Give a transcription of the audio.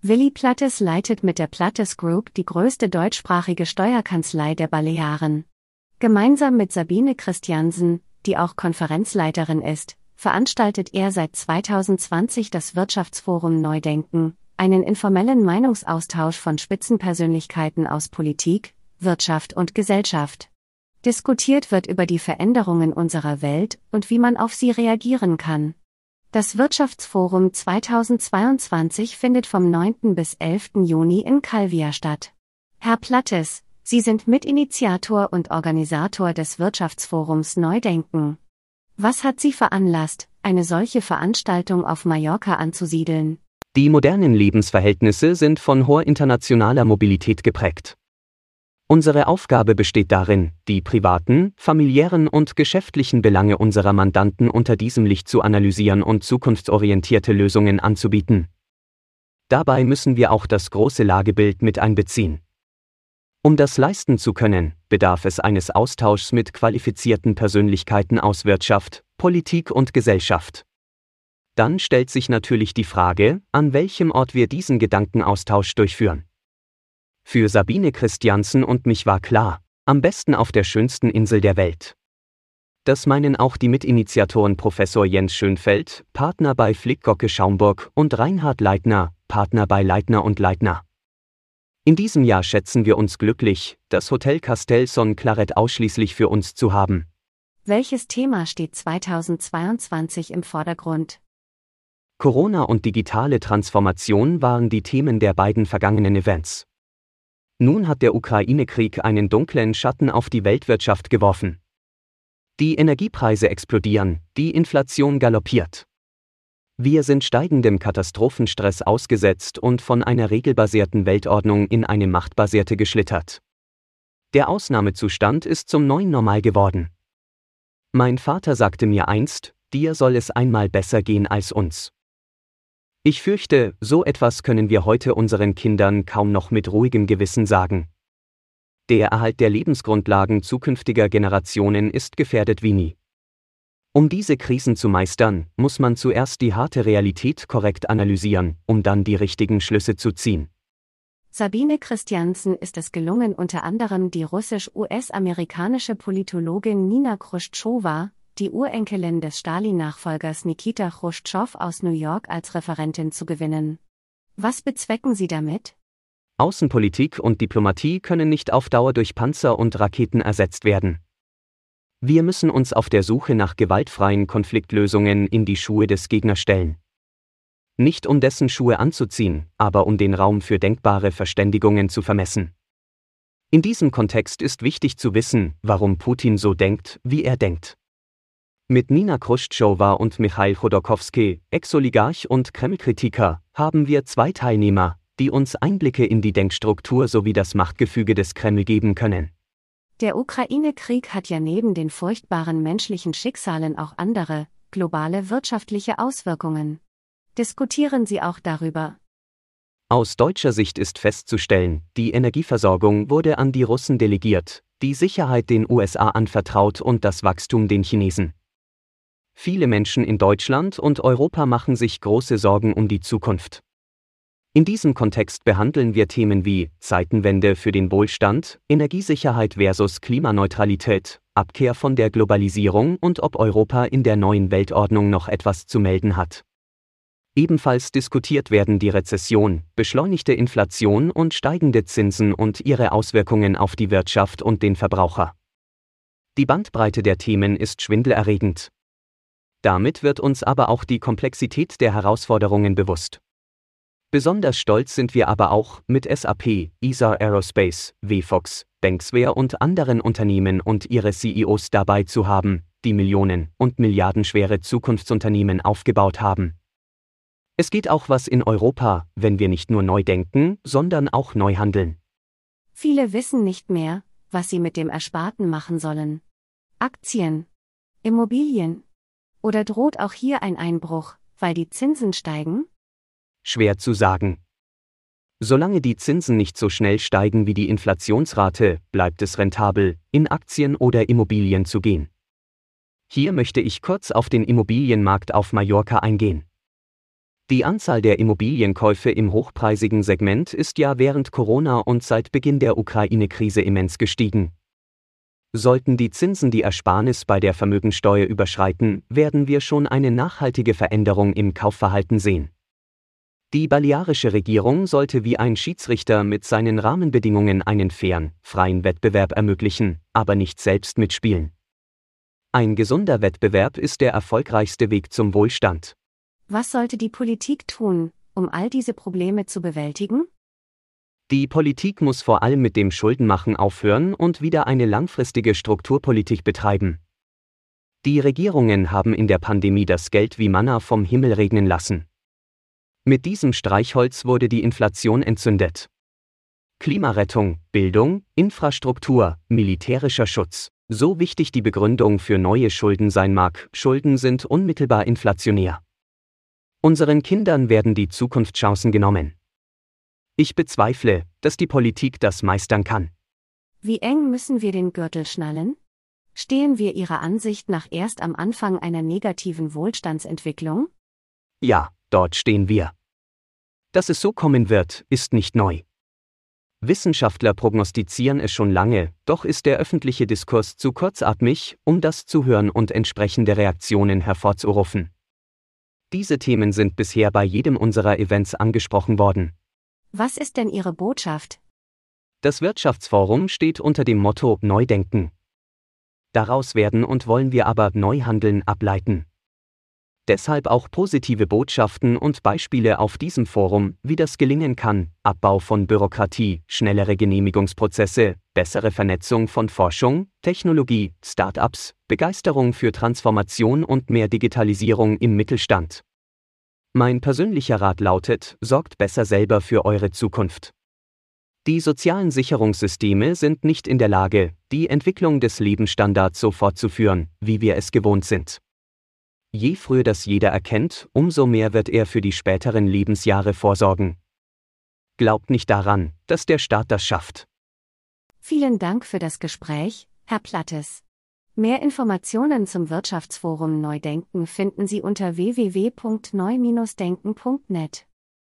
Willi Plattes leitet mit der Plattes Group die größte deutschsprachige Steuerkanzlei der Balearen. Gemeinsam mit Sabine Christiansen, die auch Konferenzleiterin ist, veranstaltet er seit 2020 das Wirtschaftsforum Neudenken, einen informellen Meinungsaustausch von Spitzenpersönlichkeiten aus Politik, Wirtschaft und Gesellschaft. Diskutiert wird über die Veränderungen unserer Welt und wie man auf sie reagieren kann. Das Wirtschaftsforum 2022 findet vom 9. bis 11. Juni in Calvia statt. Herr Plattes, Sie sind Mitinitiator und Organisator des Wirtschaftsforums Neudenken. Was hat Sie veranlasst, eine solche Veranstaltung auf Mallorca anzusiedeln? Die modernen Lebensverhältnisse sind von hoher internationaler Mobilität geprägt. Unsere Aufgabe besteht darin, die privaten, familiären und geschäftlichen Belange unserer Mandanten unter diesem Licht zu analysieren und zukunftsorientierte Lösungen anzubieten. Dabei müssen wir auch das große Lagebild mit einbeziehen. Um das leisten zu können, bedarf es eines Austauschs mit qualifizierten Persönlichkeiten aus Wirtschaft, Politik und Gesellschaft. Dann stellt sich natürlich die Frage, an welchem Ort wir diesen Gedankenaustausch durchführen. Für Sabine Christiansen und mich war klar, am besten auf der schönsten Insel der Welt. Das meinen auch die Mitinitiatoren Professor Jens Schönfeld, Partner bei Flickgocke Schaumburg, und Reinhard Leitner, Partner bei Leitner und Leitner. In diesem Jahr schätzen wir uns glücklich, das Hotel Castel Son Claret ausschließlich für uns zu haben. Welches Thema steht 2022 im Vordergrund? Corona und digitale Transformation waren die Themen der beiden vergangenen Events. Nun hat der Ukraine-Krieg einen dunklen Schatten auf die Weltwirtschaft geworfen. Die Energiepreise explodieren, die Inflation galoppiert. Wir sind steigendem Katastrophenstress ausgesetzt und von einer regelbasierten Weltordnung in eine machtbasierte geschlittert. Der Ausnahmezustand ist zum neuen Normal geworden. Mein Vater sagte mir einst, dir soll es einmal besser gehen als uns. Ich fürchte, so etwas können wir heute unseren Kindern kaum noch mit ruhigem Gewissen sagen. Der Erhalt der Lebensgrundlagen zukünftiger Generationen ist gefährdet wie nie. Um diese Krisen zu meistern, muss man zuerst die harte Realität korrekt analysieren, um dann die richtigen Schlüsse zu ziehen. Sabine Christiansen ist es gelungen, unter anderem die russisch-US-amerikanische Politologin Nina Chruschtschowa, die Urenkelin des Stalin-Nachfolgers Nikita Chruschtschow aus New York, als Referentin zu gewinnen. Was bezwecken Sie damit? Außenpolitik und Diplomatie können nicht auf Dauer durch Panzer und Raketen ersetzt werden. Wir müssen uns auf der Suche nach gewaltfreien Konfliktlösungen in die Schuhe des Gegners stellen. Nicht um dessen Schuhe anzuziehen, aber um den Raum für denkbare Verständigungen zu vermessen. In diesem Kontext ist wichtig zu wissen, warum Putin so denkt, wie er denkt. Mit Nina Chruschtschowa und Michail Chodorkowski, Ex-Oligarch und Kreml-Kritiker, haben wir zwei Teilnehmer, die uns Einblicke in die Denkstruktur sowie das Machtgefüge des Kreml geben können. Der Ukraine-Krieg hat ja neben den furchtbaren menschlichen Schicksalen auch andere, globale wirtschaftliche Auswirkungen. Diskutieren Sie auch darüber? Aus deutscher Sicht ist festzustellen, die Energieversorgung wurde an die Russen delegiert, die Sicherheit den USA anvertraut und das Wachstum den Chinesen. Viele Menschen in Deutschland und Europa machen sich große Sorgen um die Zukunft. In diesem Kontext behandeln wir Themen wie Zeitenwende für den Wohlstand, Energiesicherheit versus Klimaneutralität, Abkehr von der Globalisierung und ob Europa in der neuen Weltordnung noch etwas zu melden hat. Ebenfalls diskutiert werden die Rezession, beschleunigte Inflation und steigende Zinsen und ihre Auswirkungen auf die Wirtschaft und den Verbraucher. Die Bandbreite der Themen ist schwindelerregend. Damit wird uns aber auch die Komplexität der Herausforderungen bewusst. Besonders stolz sind wir aber auch, mit SAP, ESA Aerospace, WFOX, Banksware und anderen Unternehmen und ihre CEOs dabei zu haben, die millionen- und milliardenschwere Zukunftsunternehmen aufgebaut haben. Es geht auch was in Europa, wenn wir nicht nur neu denken, sondern auch neu handeln. Viele wissen nicht mehr, was sie mit dem Ersparten machen sollen. Aktien, Immobilien. Oder droht auch hier ein Einbruch, weil die Zinsen steigen? Schwer zu sagen. Solange die Zinsen nicht so schnell steigen wie die Inflationsrate, bleibt es rentabel, in Aktien oder Immobilien zu gehen. Hier möchte ich kurz auf den Immobilienmarkt auf Mallorca eingehen. Die Anzahl der Immobilienkäufe im hochpreisigen Segment ist ja während Corona und seit Beginn der Ukraine-Krise immens gestiegen. Sollten die Zinsen die Ersparnis bei der Vermögensteuer überschreiten, werden wir schon eine nachhaltige Veränderung im Kaufverhalten sehen. Die balearische Regierung sollte wie ein Schiedsrichter mit seinen Rahmenbedingungen einen fairen, freien Wettbewerb ermöglichen, aber nicht selbst mitspielen. Ein gesunder Wettbewerb ist der erfolgreichste Weg zum Wohlstand. Was sollte die Politik tun, um all diese Probleme zu bewältigen? Die Politik muss vor allem mit dem Schuldenmachen aufhören und wieder eine langfristige Strukturpolitik betreiben. Die Regierungen haben in der Pandemie das Geld wie Manna vom Himmel regnen lassen. Mit diesem Streichholz wurde die Inflation entzündet. Klimarettung, Bildung, Infrastruktur, militärischer Schutz. So wichtig die Begründung für neue Schulden sein mag, Schulden sind unmittelbar inflationär. Unseren Kindern werden die Zukunftschancen genommen. Ich bezweifle, dass die Politik das meistern kann. Wie eng müssen wir den Gürtel schnallen? Stehen wir Ihrer Ansicht nach erst am Anfang einer negativen Wohlstandsentwicklung? Ja, dort stehen wir. Dass es so kommen wird, ist nicht neu. Wissenschaftler prognostizieren es schon lange, doch ist der öffentliche Diskurs zu kurzatmig, um das zu hören und entsprechende Reaktionen hervorzurufen. Diese Themen sind bisher bei jedem unserer Events angesprochen worden. Was ist denn Ihre Botschaft? Das Wirtschaftsforum steht unter dem Motto Neudenken. Daraus werden und wollen wir aber Neuhandeln ableiten. Deshalb auch positive Botschaften und Beispiele auf diesem Forum, wie das gelingen kann: Abbau von Bürokratie, schnellere Genehmigungsprozesse, bessere Vernetzung von Forschung, Technologie, Start-ups, Begeisterung für Transformation und mehr Digitalisierung im Mittelstand. Mein persönlicher Rat lautet: Sorgt besser selber für eure Zukunft. Die sozialen Sicherungssysteme sind nicht in der Lage, die Entwicklung des Lebensstandards so fortzuführen, wie wir es gewohnt sind. Je früher das jeder erkennt, umso mehr wird er für die späteren Lebensjahre vorsorgen. Glaubt nicht daran, dass der Staat das schafft. Vielen Dank für das Gespräch, Herr Plattes. Mehr Informationen zum Wirtschaftsforum Neudenken finden Sie unter www.neu-denken.net.